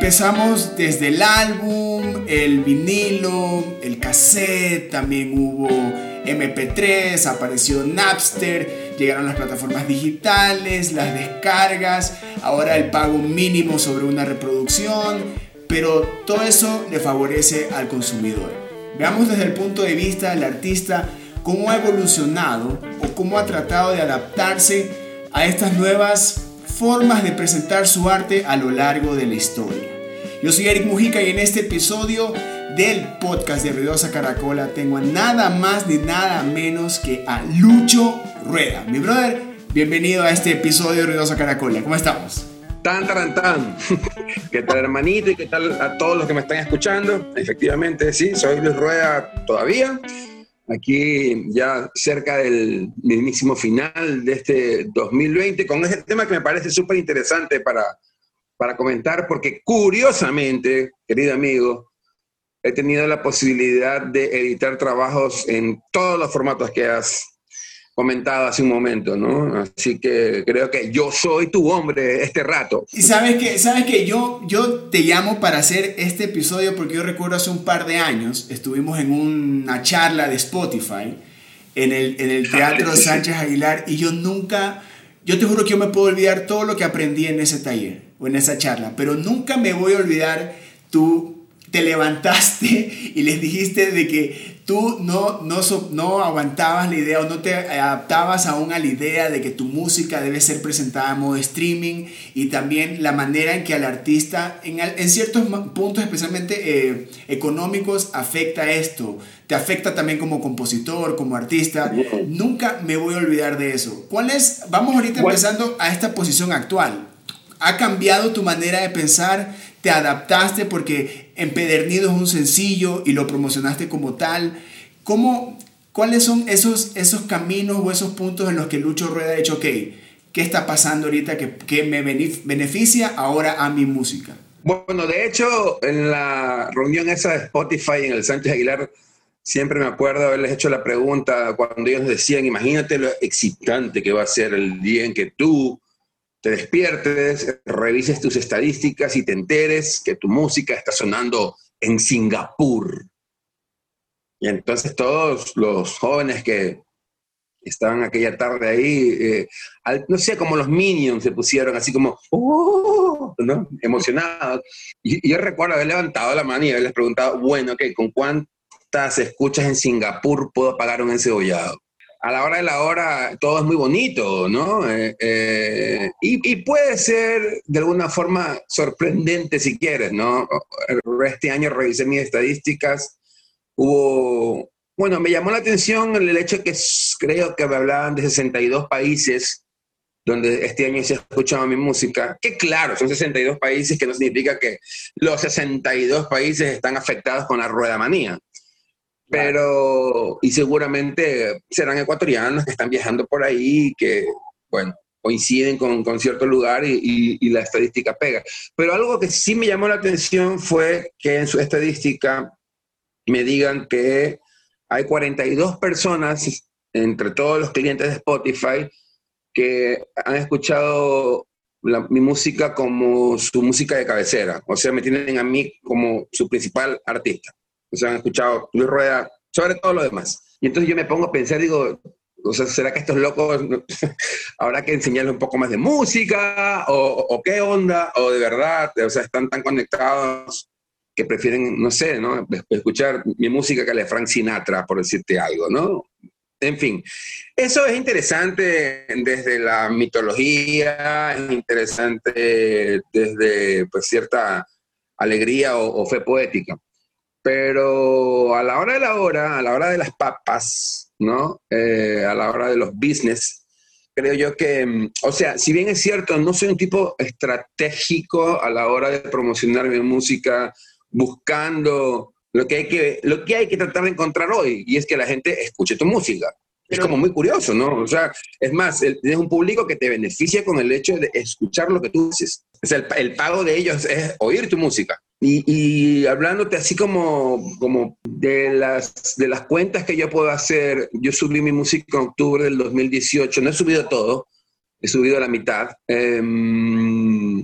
Empezamos desde el álbum, el vinilo, el cassette, también hubo MP3, apareció Napster, llegaron las plataformas digitales, las descargas, ahora el pago mínimo sobre una reproducción, pero todo eso le favorece al consumidor. Veamos desde el punto de vista del artista cómo ha evolucionado o cómo ha tratado de adaptarse a estas nuevas formas de presentar su arte a lo largo de la historia. Yo soy Eric Mujica y en este episodio del podcast de Ruidosa Caracola tengo a nada más ni nada menos que a Lucho Rueda. Mi brother, bienvenido a este episodio de Ruidosa Caracola. ¿Cómo estamos? Tan. ¿Qué tal, hermanito? ¿Y qué tal a todos los que me están escuchando? Efectivamente, sí, soy Luis Rueda todavía. Aquí ya cerca del mismísimo final de este 2020, con este tema que me parece súper interesante para comentar, porque curiosamente, querido amigo, he tenido la posibilidad de editar trabajos en todos los formatos que has comentado hace un momento, ¿no? Así que creo que yo soy tu hombre este rato. Y sabes que yo te llamo para hacer este episodio porque yo recuerdo hace un par de años estuvimos en una charla de Spotify en el Teatro Sánchez Aguilar y yo te juro que yo me puedo olvidar todo lo que aprendí en ese taller o en esa charla, pero nunca me voy a olvidar tú te levantaste y les dijiste de que tú no aguantabas la idea o no te adaptabas aún a la idea de que tu música debe ser presentada a modo streaming y también la manera en que al artista en ciertos puntos especialmente económicos afecta esto. Te afecta también como compositor, como artista. Nunca me voy a olvidar de eso. Vamos ahorita empezando a esta posición actual. ¿Ha cambiado tu manera de pensar? ¿Te adaptaste porque Empedernido es un sencillo y lo promocionaste como tal? ¿Cuáles son esos caminos o esos puntos en los que Lucho Rueda ha dicho, ok, ¿qué está pasando ahorita que me beneficia ahora a mi música? Bueno, de hecho, en la reunión esa de Spotify en el Sánchez Aguilar, siempre me acuerdo haberles hecho la pregunta cuando ellos decían, imagínate lo excitante que va a ser el día en que tú te despiertes, revises tus estadísticas y te enteres que tu música está sonando en Singapur. Y entonces todos los jóvenes que estaban aquella tarde ahí, no sé, como los Minions se pusieron así como, ¿no? Emocionados. Y yo recuerdo haber levantado la mano y haberles preguntado, bueno, ok, ¿con cuántas escuchas en Singapur puedo pagar un encebollado? A la hora de la hora todo es muy bonito, ¿no? Y puede ser de alguna forma sorprendente si quieres, ¿no? Este año revisé mis estadísticas, me llamó la atención el hecho que creo que me hablaban de 62 países donde este año se ha escuchado mi música, que claro, son 62 países, que no significa que los 62 países están afectados con la ruedamanía. Pero, y seguramente serán ecuatorianos que están viajando por ahí, que, bueno, coinciden con cierto lugar y la estadística pega. Pero algo que sí me llamó la atención fue que en su estadística me digan que hay 42 personas entre todos los clientes de Spotify que han escuchado mi música como su música de cabecera. O sea, me tienen a mí como su principal artista. O sea, han escuchado Luis Rueda sobre todo lo demás. Y entonces yo me pongo a pensar, digo, o sea, ¿será que estos locos habrá que enseñarles un poco más de música? ¿O qué onda? ¿O de verdad, o sea, están tan conectados que prefieren, no sé, ¿no? Escuchar mi música que la de Frank Sinatra, por decirte algo, ¿no? En fin, eso es interesante desde la mitología, es interesante desde pues, cierta alegría o fe poética. Pero a la hora de las papas, ¿no? A la hora de los business, creo yo que, o sea, si bien es cierto, no soy un tipo estratégico a la hora de promocionar mi música, buscando lo que hay que tratar de encontrar hoy, y es que la gente escuche tu música. Es como muy curioso, ¿no? O sea, es más, tienes un público que te beneficia con el hecho de escuchar lo que tú dices. O sea, el pago de ellos es oír tu música. Y hablándote así como de las cuentas que yo puedo hacer, yo subí mi música en octubre del 2018, no he subido todo, he subido la mitad.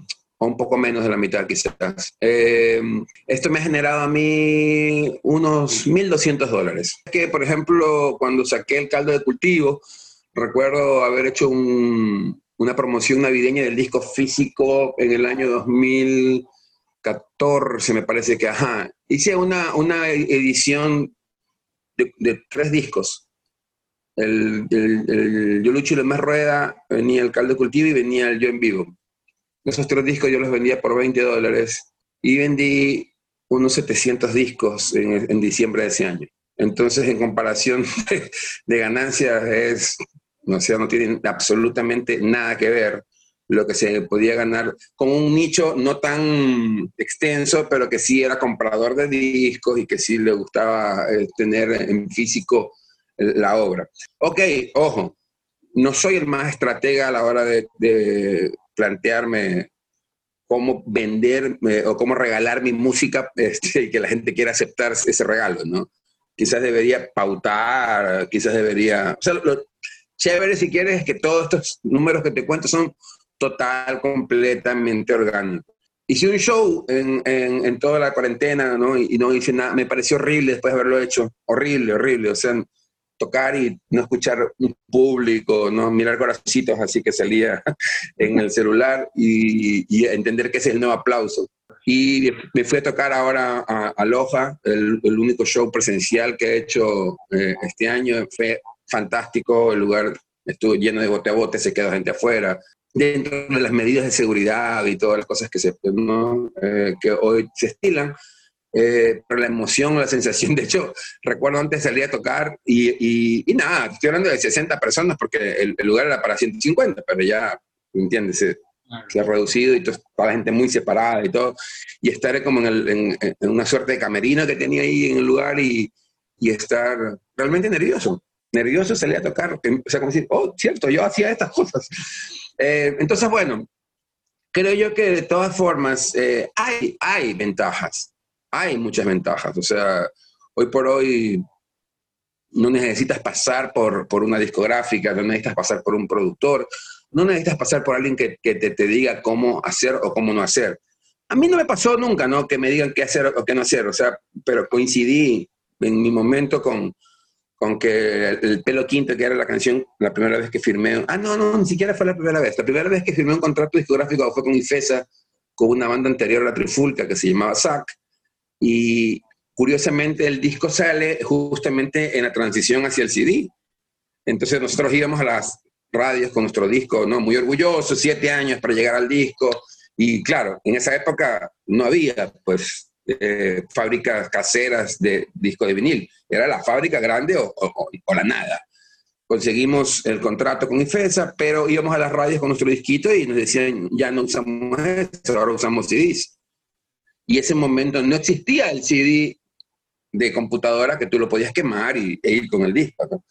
o un poco menos de la mitad quizás. Esto me ha generado a mí unos $1,200. Que, por ejemplo, cuando saqué el caldo de cultivo, recuerdo haber hecho una promoción navideña del disco físico en el año 2014, me parece que, hice una edición de 3 discos. Yo Lucho y los más rueda, venía el caldo de cultivo y venía el yo en vivo. Esos 3 discos yo los vendía por $20 y vendí unos 700 discos en diciembre de ese año. Entonces, en comparación de ganancias, no tiene absolutamente nada que ver lo que se podía ganar con un nicho no tan extenso, pero que sí era comprador de discos y que sí le gustaba tener en físico la obra. Ok, ojo, no soy el más estratega a la hora de plantearme cómo vender o cómo regalar mi música y que la gente quiera aceptar ese regalo, ¿no? Quizás debería pautar, quizás debería... O sea, lo chévere, si quieres, es que todos estos números que te cuento son completamente orgánicos. Hice un show en toda la cuarentena, ¿no? Y no hice nada, me pareció horrible después de haberlo hecho, horrible, o sea, tocar y no escuchar un público, no mirar corazoncitos así que salía en el celular y entender que ese es el nuevo aplauso. Y me fui a tocar ahora a Loja, el único show presencial que he hecho este año. Fue fantástico, el lugar estuvo lleno de bote a bote, se quedó gente afuera, dentro de las medidas de seguridad y todas las cosas que hoy se estilan. Pero la emoción, la sensación, de hecho, recuerdo antes salí a tocar y nada, estoy hablando de 60 personas porque el lugar era para 150, pero ya, ¿me entiendes? Se ha reducido y toda la gente muy separada y todo, y estar como en una suerte de camerino que tenía ahí en el lugar y estar realmente nervioso salir a tocar, o sea, como decir, oh, cierto, yo hacía estas cosas. Entonces, bueno, creo yo que de todas formas hay ventajas, hay muchas ventajas, o sea, hoy por hoy no necesitas pasar por una discográfica, no necesitas pasar por un productor, no necesitas pasar por alguien que te diga cómo hacer o cómo no hacer. A mí no me pasó nunca, ¿no? Que me digan qué hacer o qué no hacer, o sea, pero coincidí en mi momento con que el Pelo Quinto, que era la canción, la primera vez que firmé, no, ni siquiera fue la primera vez. La primera vez que firmé un contrato discográfico fue con IFESA, con una banda anterior a La Trifulca que se llamaba SAC, y curiosamente el disco sale justamente en la transición hacia el CD. Entonces nosotros íbamos a las radios con nuestro disco, ¿no? Muy orgullosos, 7 años para llegar al disco, y claro, en esa época no había, pues, fábricas caseras de disco de vinil. Era la fábrica grande o la nada. Conseguimos el contrato con IFESA, pero íbamos a las radios con nuestro disquito y nos decían, ya no usamos esto, ahora usamos CDs. Y ese momento no existía el CD de computadora que tú lo podías quemar e ir con el disco, ¿no?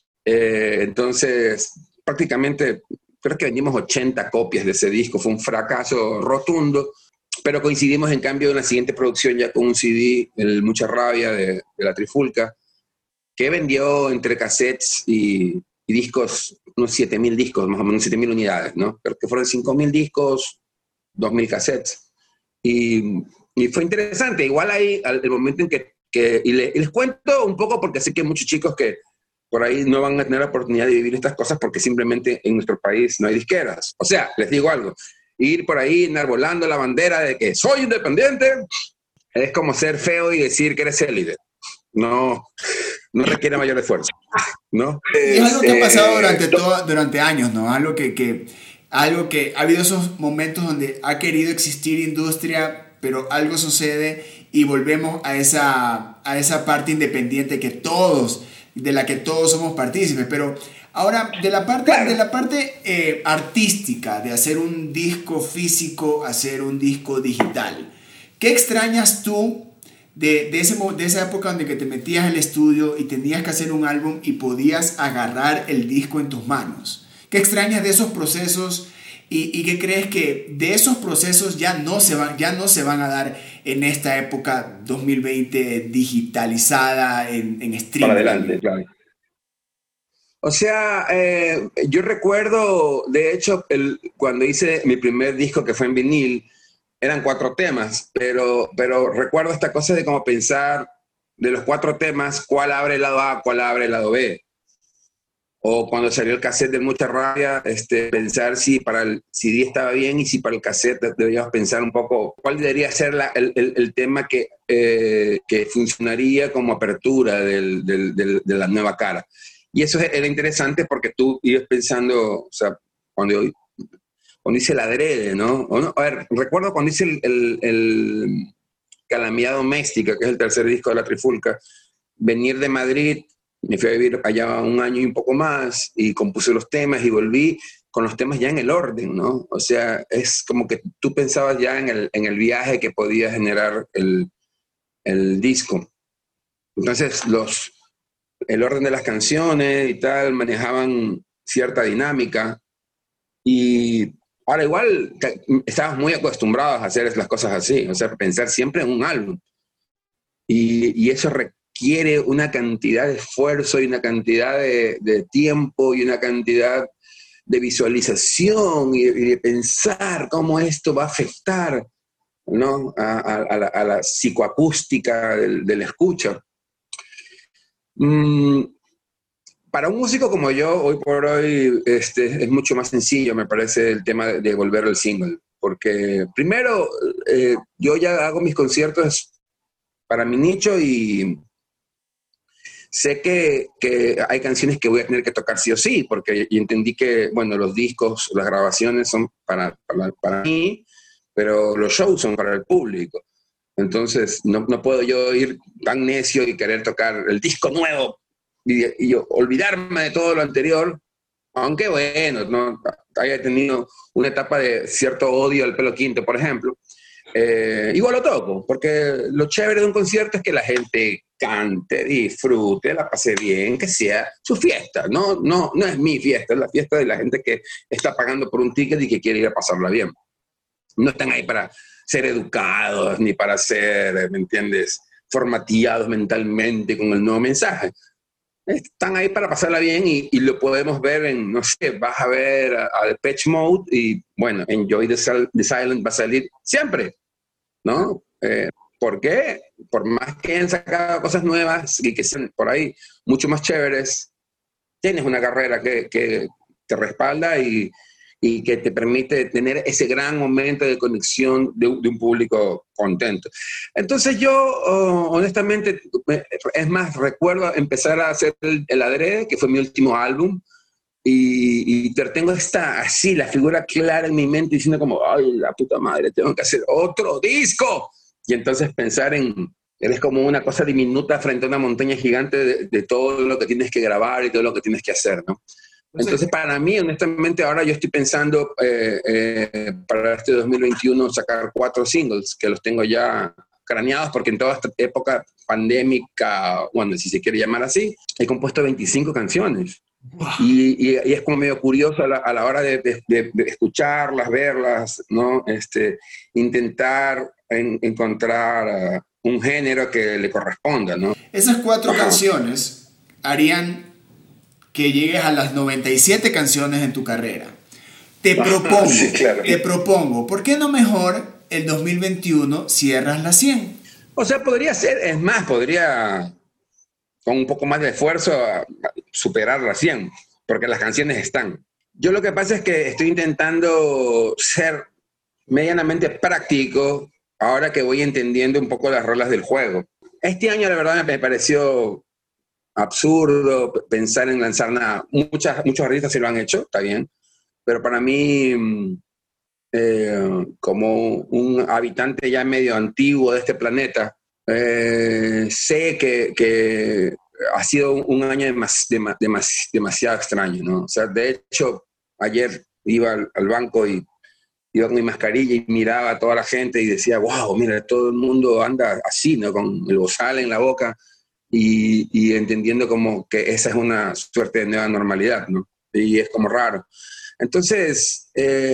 Entonces, prácticamente, creo que vendimos 80 copias de ese disco. Fue un fracaso rotundo, pero coincidimos en cambio en la siguiente producción ya con un CD, el Mucha Rabia de La Trifulca, que vendió entre cassettes y discos, unos 7.000 discos, más o menos 7.000 unidades, ¿no? Creo que fueron 5.000 discos, 2.000 cassettes. Y fue interesante. Igual ahí, el momento en y les cuento un poco porque sé que hay muchos chicos que por ahí no van a tener la oportunidad de vivir estas cosas porque simplemente en nuestro país no hay disqueras. O sea, les digo algo, ir por ahí enarbolando la bandera de que soy independiente es como ser feo y decir que eres élite. No requiere mayor esfuerzo, ¿no? Y es algo que ha pasado durante años, ¿no? Algo que ha habido esos momentos donde ha querido existir industria, pero algo sucede y volvemos a esa parte independiente de la que todos somos partícipes. Pero ahora, de la parte artística, de hacer un disco físico, hacer un disco digital, ¿qué extrañas tú de esa época donde que te metías al estudio y tenías que hacer un álbum y podías agarrar el disco en tus manos? ¿Qué extrañas de esos procesos y qué crees que de esos procesos ya no se van a dar en esta época 2020 digitalizada en streaming? Para adelante, claro. O sea, yo recuerdo, de hecho, cuando hice mi primer disco que fue en vinil, eran 4 temas, pero recuerdo esta cosa de como pensar de los 4 temas, cuál abre el lado A, cuál abre el lado B. O cuando salió el cassette de Mucha Rabia, pensar si para el CD estaba bien y si para el cassette deberíamos pensar un poco cuál debería ser el tema que funcionaría como apertura de la nueva cara. Y eso era interesante porque tú ibas pensando, o sea, cuando hice el adrede, ¿no? A ver, recuerdo cuando hice el Calamidad Doméstica, que es el tercer disco de La Trifulca, venir de Madrid, me fui a vivir allá un año y un poco más y compuse los temas y volví con los temas ya en el orden, ¿no? O sea, es como que tú pensabas ya en el viaje que podía generar el disco. Entonces, el orden de las canciones y tal manejaban cierta dinámica y ahora igual estabas muy acostumbrados a hacer las cosas así, o sea, pensar siempre en un álbum. Y eso requiere una cantidad de esfuerzo y una cantidad de tiempo y una cantidad de visualización y de pensar cómo esto va a afectar, ¿no? a la psicoacústica del escucha. Para un músico como yo, hoy por hoy, es mucho más sencillo, me parece, el tema de volver al single. Porque primero, yo ya hago mis conciertos para mi nicho y sé que hay canciones que voy a tener que tocar sí o sí, porque entendí que, bueno, los discos, las grabaciones son para mí, pero los shows son para el público. Entonces, no puedo yo ir tan necio y querer tocar el disco nuevo y yo olvidarme de todo lo anterior, aunque bueno, no haya tenido una etapa de cierto odio al Pelo Quinto, por ejemplo. Igual lo toco, porque lo chévere de un concierto es que la gente cante, disfrute, la pase bien, que sea su fiesta. No es mi fiesta, es la fiesta de la gente que está pagando por un ticket y que quiere ir a pasarla bien. No están ahí para ser educados ni para ser, ¿me entiendes?, formateados mentalmente con el nuevo mensaje. Están ahí para pasarla bien y lo podemos ver en, no sé, vas a ver a Depeche Mode y, bueno, Enjoy the Silence va a salir siempre, ¿no? ¿Por qué? Por más que hayan sacado cosas nuevas y que sean por ahí mucho más chéveres, tienes una carrera que te respalda y que te permite tener ese gran momento de conexión de un público contento. Entonces yo, honestamente, es más, recuerdo empezar a hacer el Adrede, que fue mi último álbum, y tengo así, la figura clara en mi mente, diciendo como, ay, la puta madre, tengo que hacer otro disco. Y entonces pensar eres como una cosa diminuta frente a una montaña gigante de todo lo que tienes que grabar y todo lo que tienes que hacer, ¿no? Entonces, para mí, honestamente, ahora yo estoy pensando para este 2021 sacar 4 singles, que los tengo ya craneados, porque en toda esta época pandémica, bueno, si se quiere llamar así, he compuesto 25 canciones. Wow. Y es como medio curioso a la hora de escucharlas, verlas, ¿no? Intentar encontrar un género que le corresponda, ¿no? Esas 4 canciones harían que llegues a las 97 canciones en tu carrera. Te propongo, sí, claro. Te propongo, ¿por qué no mejor el 2021 cierras las 100? O sea, podría ser, es más, podría con un poco más de esfuerzo superar las 100, porque las canciones están. Yo lo que pasa es que estoy intentando ser medianamente práctico ahora que voy entendiendo un poco las reglas del juego. Este año, la verdad, me pareció absurdo pensar en lanzar nada. Muchos artistas sí lo han hecho, está bien, pero para mí, como un habitante ya medio antiguo de este planeta, sé que ha sido un año demasiado extraño, ¿no? O sea, de hecho, ayer iba al banco y iba con mi mascarilla y miraba a toda la gente y decía, wow, mira, todo el mundo anda así, ¿no? Con el bozal en la boca. Y entendiendo como que esa es una suerte de nueva normalidad, ¿no? Y es como raro. Entonces,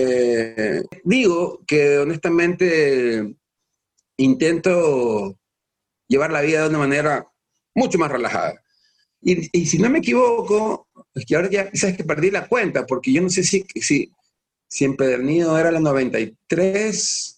digo que honestamente intento llevar la vida de una manera mucho más relajada. Y si no me equivoco, es que ahora ya sabes que perdí la cuenta, porque yo no sé si Empedernido era la 93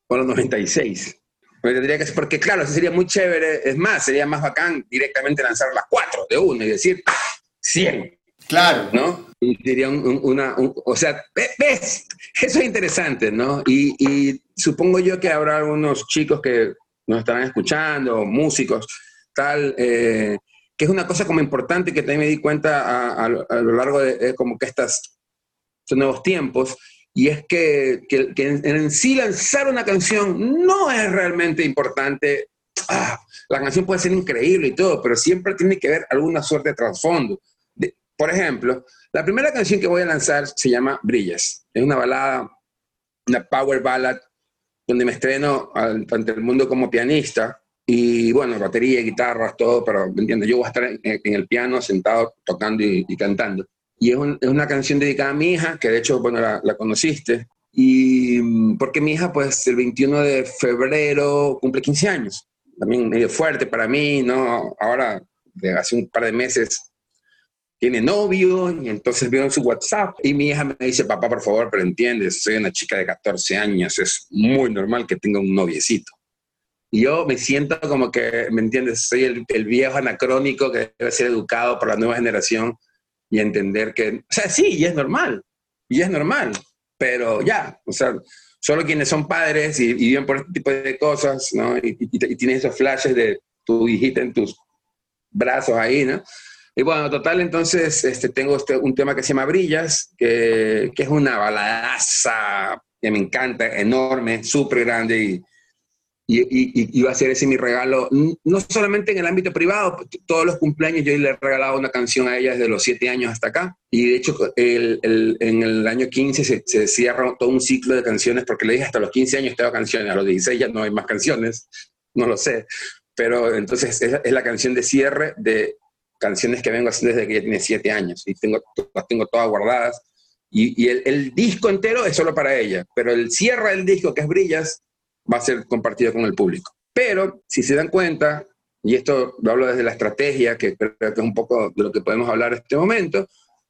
o los 96. Porque tendría que ser, porque claro, eso sería muy chévere. Es más, sería más bacán directamente lanzar las 4 de uno y decir 100. Claro. ¿No? Y sería o sea, ¿ves? Eso es interesante, ¿no? Y supongo yo que habrá algunos chicos que nos estarán escuchando, músicos, tal, que es una cosa como importante que también me di cuenta a lo largo de como que estos nuevos tiempos, y es que en sí lanzar una canción no es realmente importante. La canción puede ser increíble y todo, pero siempre tiene que haber alguna suerte de trasfondo. Por ejemplo, la primera canción que voy a lanzar se llama Brillas. Es una balada, una power ballad, donde me estreno ante el mundo como pianista. Y bueno, batería, guitarras, todo, pero ¿me entiendes? Yo voy a estar en el piano sentado tocando y cantando. Y es una canción dedicada a mi hija, que de hecho, bueno, la conociste. Y porque mi hija, pues, el 21 de febrero cumple 15 años. También medio fuerte para mí, ¿no? Ahora, de hace un par de meses, tiene novio, y entonces veo en su WhatsApp y mi hija me dice, papá, por favor, pero entiendes, soy una chica de 14 años, es muy normal que tenga un noviecito. Y yo me siento como que, ¿me entiendes? Soy el viejo anacrónico que debe ser educado por la nueva generación y entender que, o sea, sí, y es normal, pero ya, o sea, solo quienes son padres y viven por este tipo de cosas, ¿no? Y tienen esos flashes de tu hijita en tus brazos ahí, ¿no? Y bueno, total, entonces tengo un tema que se llama Brillas, que es una baladaza que me encanta, enorme, súper grande, y va a ser ese mi regalo, no solamente en el ámbito privado, todos los cumpleaños yo le he regalado una canción a ella desde los 7 años hasta acá, y de hecho en el año 15 se cierra todo un ciclo de canciones, porque le dije hasta los 15 años tengo canciones, a los 16 ya no hay más canciones, no lo sé, pero entonces es la canción de cierre de canciones que vengo haciendo desde que ella tiene 7 años, y las tengo todas guardadas, y el disco entero es solo para ella, pero el cierre del disco, que es Brillas, va a ser compartido con el público. Pero, si se dan cuenta, y esto lo hablo desde la estrategia, que creo que es un poco de lo que podemos hablar en este momento,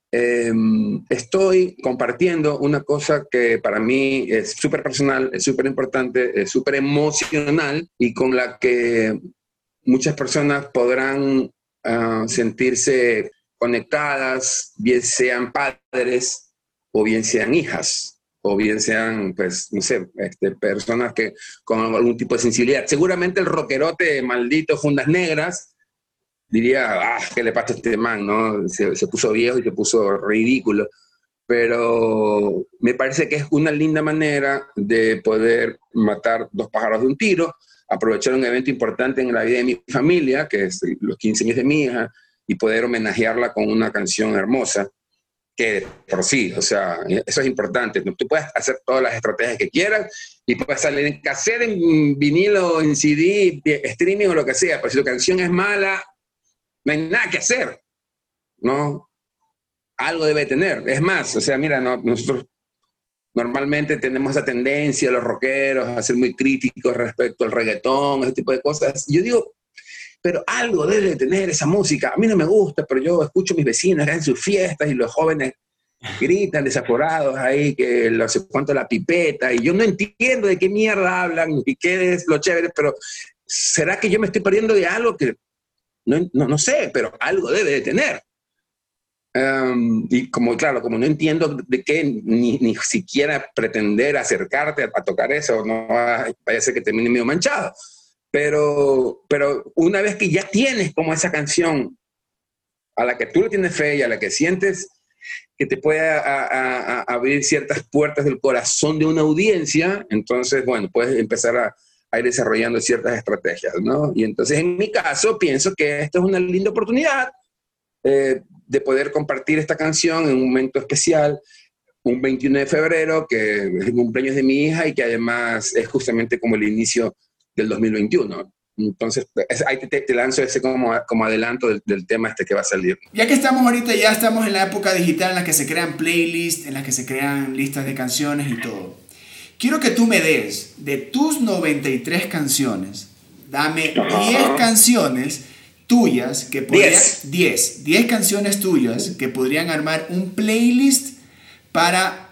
estoy compartiendo una cosa que para mí es súper personal, es súper importante, es súper emocional, y con la que muchas personas podrán sentirse conectadas, bien sean padres o bien sean hijas, o bien sean, pues, no sé, personas que con algún tipo de sensibilidad. Seguramente el rockerote maldito fundas negras diría, ¿qué le pasa a este man? ¿No? Se puso viejo y se puso ridículo. Pero me parece que es una linda manera de poder matar 2 pájaros de un tiro, aprovechar un evento importante en la vida de mi familia, que es los 15 años de mi hija, y poder homenajearla con una canción hermosa, que por sí, o sea, eso es importante. Tú puedes hacer todas las estrategias que quieras y puedes salir en cassette, en vinilo, en CD, streaming o lo que sea, pero si tu canción es mala, no hay nada que hacer, ¿no? Algo debe tener. Es más, o sea, mira, nosotros normalmente tenemos esa tendencia, los rockeros, a ser muy críticos respecto al reggaetón, ese tipo de cosas. Yo digo, pero algo debe tener esa música. A mí no me gusta, pero yo escucho a mis vecinos en sus fiestas y los jóvenes gritan desaforados ahí, que no sé cuánto la pipeta, y yo no entiendo de qué mierda hablan y qué es lo chévere, pero ¿será que yo me estoy perdiendo de algo que no sé, pero algo debe de tener? Y como, claro, como no entiendo de qué, ni siquiera pretender acercarte a tocar eso, no vaya a ser que termine medio manchado. Pero una vez que ya tienes como esa canción a la que tú le tienes fe y a la que sientes que te puede abrir ciertas puertas del corazón de una audiencia, entonces, bueno, puedes empezar a ir desarrollando ciertas estrategias, ¿no? Y entonces, en mi caso, pienso que esta es una linda oportunidad de poder compartir esta canción en un momento especial, un 21 de febrero, que es el cumpleaños de mi hija y que además es justamente como el inicio del 2021. Entonces, ahí te lanzo ese como adelanto del tema que va a salir. Ya que estamos ahorita, ya estamos en la época digital en la que se crean playlists, en la que se crean listas de canciones y todo. Quiero que tú me des, de tus 93 canciones, dame 10 canciones tuyas que podrían... 10 canciones tuyas que podrían armar un playlist para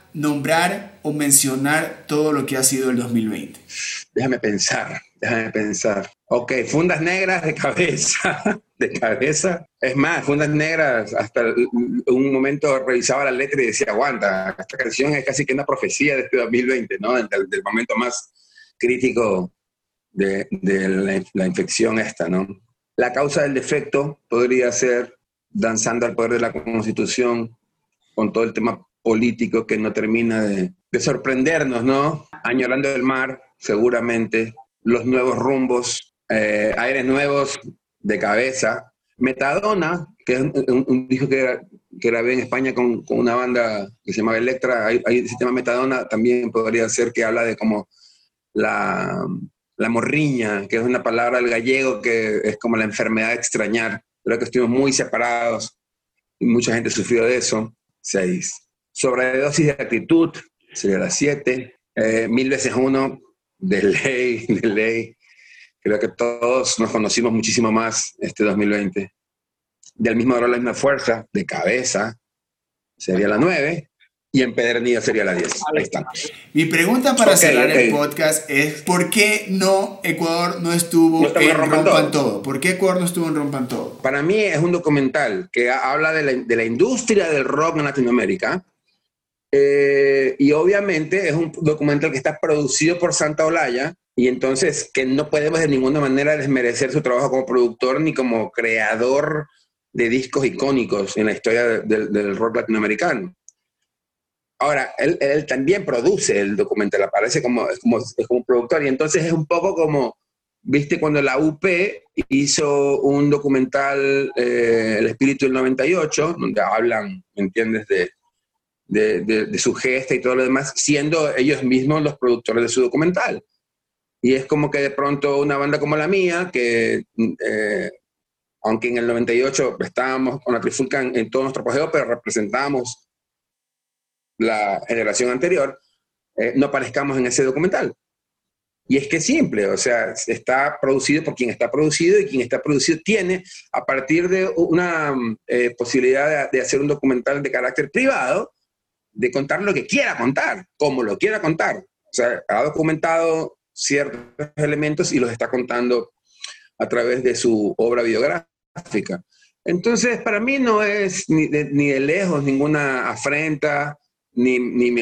nombrar o mencionar todo lo que ha sido el 2020? Déjame pensar. Ok, Fundas Negras de cabeza, de cabeza. Es más, Fundas Negras, hasta un momento revisaba la letra y decía, aguanta, esta canción es casi que una profecía de este 2020, ¿no? Del momento más crítico de la infección esta, ¿no? La causa del defecto podría ser Danzando al poder de la Constitución, con todo el tema político que no termina de sorprendernos, ¿no? Añorando el mar, seguramente, los nuevos rumbos, aires nuevos de cabeza. Metadona, que es un disco que grabé en España con una banda que se llamaba Electra, ahí el sistema Metadona también podría ser que habla de como la morriña, que es una palabra del gallego que es como la enfermedad de extrañar. Creo que estuvimos muy separados y mucha gente sufrió de eso. 6. Sobredosis de actitud, sería la 7. 1000 veces uno, de ley. Creo que todos nos conocimos muchísimo más este 2020. Del mismo dolor, la misma fuerza, de cabeza, sería la 9. Y empedernido sería la 10. Ahí está. Mi pregunta para cerrar el podcast es: ¿por qué Ecuador no estuvo en Rompan Todo? ¿Por qué Ecuador no estuvo en Rompan Todo? Para mí es un documental que habla de la industria del rock en Latinoamérica. Y obviamente es un documental que está producido por Santa Olaya, y entonces que no podemos de ninguna manera desmerecer su trabajo como productor ni como creador de discos icónicos en la historia del rock latinoamericano. Ahora, él también produce el documental, aparece como productor, y entonces es un poco como, viste, cuando la UP hizo un documental, El Espíritu del 98, donde hablan, ¿me entiendes?, de su gesta y todo lo demás, siendo ellos mismos los productores de su documental. Y es como que de pronto una banda como la mía, que aunque en el 98 estábamos con la Trifulca en todo nuestro apogeo, pero representábamos la generación anterior, no aparezcamos en ese documental. Y es que es simple, o sea, está producido por quien está producido, y quien está producido tiene, a partir de una posibilidad de hacer un documental de carácter privado, de contar lo que quiera contar, como lo quiera contar. O sea, ha documentado ciertos elementos y los está contando a través de su obra biográfica. Entonces, para mí no es ni de lejos ninguna afrenta, ni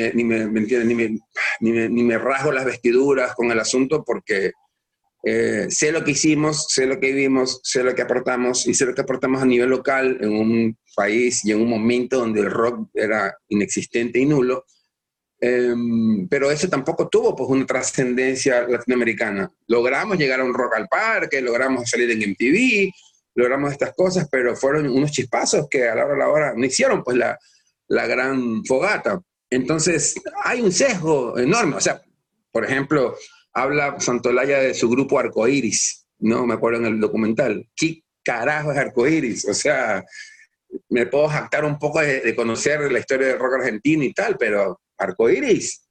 me rasgo las vestiduras con el asunto, porque sé lo que hicimos, sé lo que vivimos, sé lo que aportamos, y sé lo que aportamos a nivel local en un país y en un momento donde el rock era inexistente y nulo. Pero eso tampoco tuvo pues una trascendencia latinoamericana. Logramos llegar a un Rock al Parque, logramos salir en MTV, logramos estas cosas, pero fueron unos chispazos que a la hora no hicieron pues la gran fogata. Entonces hay un sesgo enorme. O sea, por ejemplo, habla Santolaya de su grupo Arcoiris, ¿no? Me acuerdo en el documental. ¿Qué carajo es Arcoiris? O sea, me puedo jactar un poco de conocer la historia del rock argentino y tal, pero Arcoiris,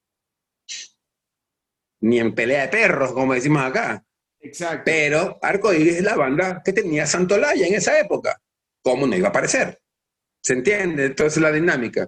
ni en pelea de perros, como decimos acá. Exacto. Pero Arcoiris es la banda que tenía Santolaya en esa época. ¿Cómo no iba a aparecer? ¿Se entiende? Entonces la dinámica.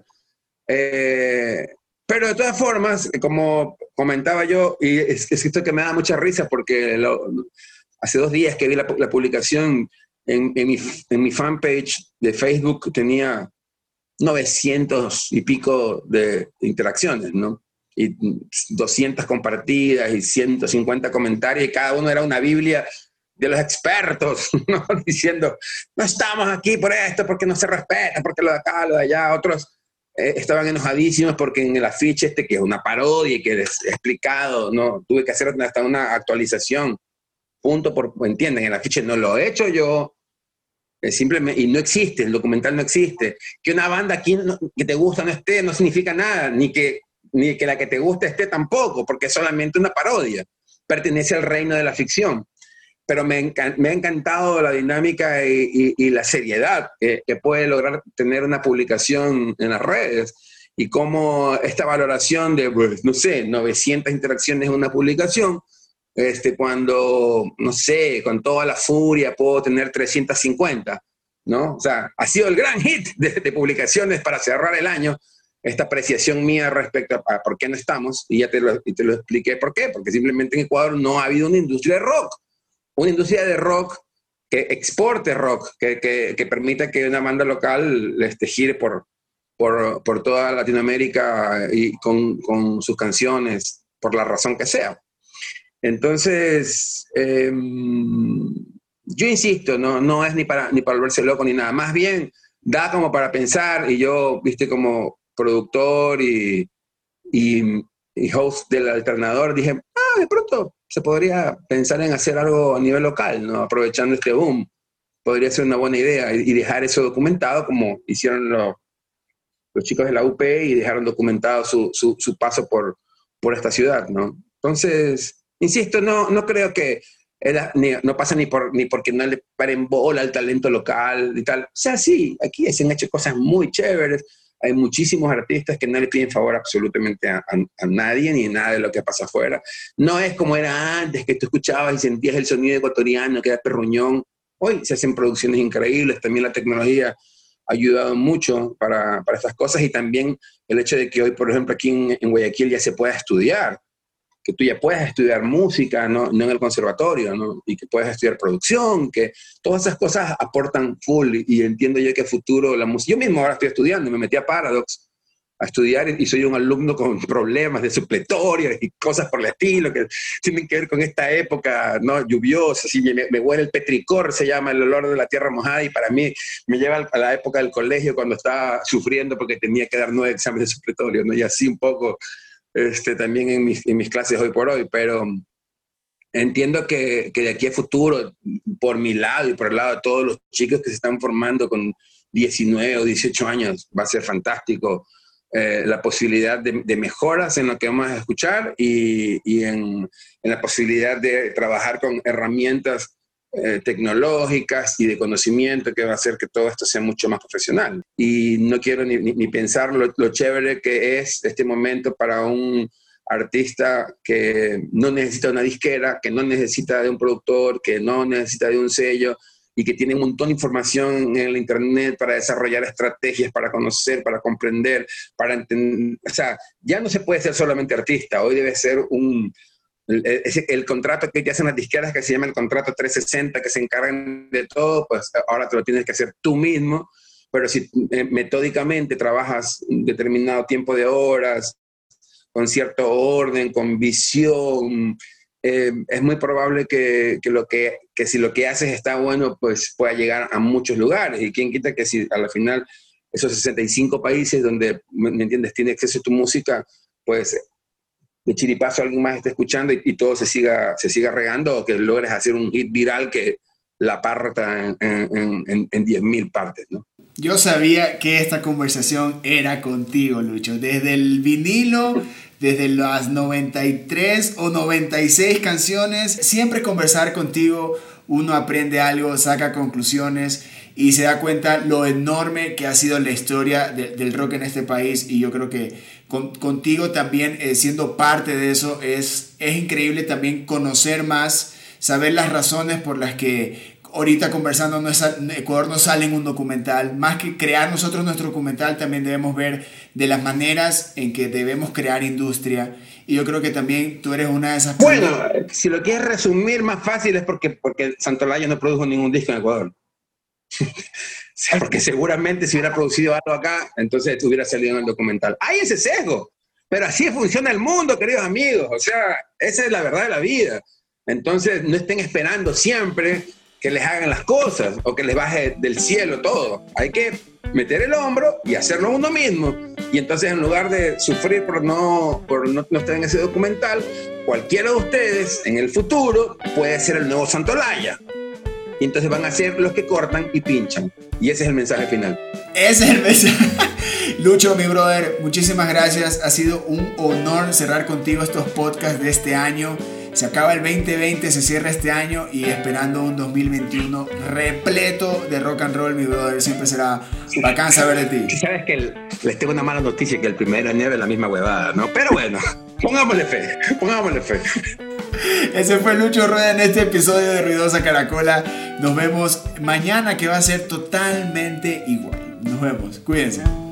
Pero de todas formas, como comentaba yo, y es esto que me da mucha risa, porque hace 2 días que vi la publicación en mi fanpage de Facebook, tenía 900 y pico de interacciones, ¿no? Y 200 compartidas y 150 comentarios, y cada uno era una Biblia de los expertos, ¿no? Diciendo, no estamos aquí por esto, porque no se respeta, porque lo de acá, lo de allá. Otros estaban enojadísimos porque en el afiche que es una parodia y que les he explicado, ¿no? Tuve que hacer hasta una actualización, ¿entienden? El afiche no lo he hecho yo, simplemente, y no existe, el documental no existe. Que una banda aquí que te gusta no esté, no significa nada, ni que la que te gusta esté tampoco, porque es solamente una parodia, pertenece al reino de la ficción. Pero me ha encantado la dinámica y la seriedad que puede lograr tener una publicación en las redes, y cómo esta valoración de, pues, no sé, 900 interacciones en una publicación, cuando, no sé, con toda la furia puedo tener 350, ¿no? O sea, ha sido el gran hit de publicaciones para cerrar el año. esta apreciación mía respecto a por qué no estamos, y ya te lo expliqué por qué, porque simplemente en Ecuador no ha habido una industria de rock que exporte rock, que permita que una banda local gire por toda Latinoamérica y con sus canciones, por la razón que sea. Entonces, yo insisto, no es ni para volverse loco ni nada, más bien da como para pensar, y yo, como productor y host del Alternador, dije, de pronto se podría pensar en hacer algo a nivel local, ¿no? Aprovechando este boom. Podría ser una buena idea y dejar eso documentado como hicieron los chicos de la UP y dejaron documentado su paso por esta ciudad, ¿no? Entonces, insisto, no creo que no pasa ni porque no le paren bola al talento local y tal. O sea, sí, aquí se han hecho cosas muy chéveres. Hay muchísimos artistas que no le piden favor absolutamente a nadie ni nada de lo que pasa afuera. No es como era antes, que tú escuchabas y sentías el sonido ecuatoriano, que era perruñón. Hoy se hacen producciones increíbles. También la tecnología ha ayudado mucho para estas cosas, y también el hecho de que hoy, por ejemplo, aquí en Guayaquil ya se pueda estudiar, que tú ya puedas estudiar música, no en el conservatorio, ¿no? Y que puedas estudiar producción, que todas esas cosas aportan full, y entiendo yo que a futuro la música... Yo mismo ahora estoy estudiando, me metí a Paradox a estudiar y soy un alumno con problemas de supletorio y cosas por el estilo que tienen que ver con esta época, ¿no? Lluviosa, así me huele el petricor, se llama el olor de la tierra mojada, y para mí me lleva a la época del colegio cuando estaba sufriendo porque tenía que dar 9 exámenes de supletorio, ¿no? Y así un poco también en mis clases hoy por hoy, pero entiendo que de aquí a futuro, por mi lado y por el lado de todos los chicos que se están formando con 19 o 18 años, va a ser fantástico la posibilidad de mejoras en lo que vamos a escuchar y en la posibilidad de trabajar con herramientas tecnológicas y de conocimiento que va a hacer que todo esto sea mucho más profesional. Y no quiero ni pensar lo chévere que es este momento para un artista que no necesita una disquera, que no necesita de un productor, que no necesita de un sello, y que tiene un montón de información en el internet para desarrollar estrategias, para conocer, para comprender, para entender. O sea, ya no se puede ser solamente artista, hoy debe ser el contrato que te hacen las disqueras, que se llama el contrato 360, que se encargan de todo, pues ahora te lo tienes que hacer tú mismo, pero si metódicamente trabajas un determinado tiempo de horas, con cierto orden, con visión, es muy probable que si lo que haces está bueno, pues pueda llegar a muchos lugares. Y quién quita que si a la final esos 65 países donde, ¿me entiendes?, tiene acceso a tu música, pues de chiripazo alguien más está escuchando y todo se siga regando, o que logres hacer un hit viral que la parta en 10.000 partes, ¿no? Yo sabía que esta conversación era contigo, Lucho. Desde el vinilo, desde las 93 o 96 canciones, siempre conversar contigo, uno aprende algo, saca conclusiones y se da cuenta lo enorme que ha sido la historia del rock en este país. Y yo creo que contigo también, siendo parte de eso, es increíble también conocer más, saber las razones por las que ahorita conversando Ecuador no sale en un documental. Más que crear nosotros nuestro documental, también debemos ver de las maneras en que debemos crear industria. Y yo creo que también tú eres una de esas personas. Bueno, si lo quieres resumir más fácil es porque Santolaya no produjo ningún disco en Ecuador. Porque seguramente si hubiera producido algo acá, entonces hubiera salido en el documental. Hay ese sesgo, pero así funciona el mundo, queridos amigos. O sea, esa es la verdad de la vida. Entonces no estén esperando siempre que les hagan las cosas o que les baje del cielo todo. Hay que meter el hombro y hacerlo uno mismo. Y entonces, en lugar de sufrir por no estar en ese documental, cualquiera de ustedes en el futuro puede ser el nuevo Santolaya. Y entonces van a ser los que cortan y pinchan. Y ese es el mensaje final. Ese es el mensaje. Lucho, mi brother, muchísimas gracias. Ha sido un honor cerrar contigo estos podcasts de este año. Se acaba el 2020, se cierra este año y esperando un 2021 repleto de rock and roll, mi brother. Siempre será bacán saber de ti. Sabes que les tengo una mala noticia, que el 1 de enero es la misma huevada, ¿no? Pero bueno, pongámosle fe. Ese fue Lucho Rueda en este episodio de Ruidosa Caracola. Nos vemos mañana, que va a ser totalmente igual. Nos vemos, cuídense.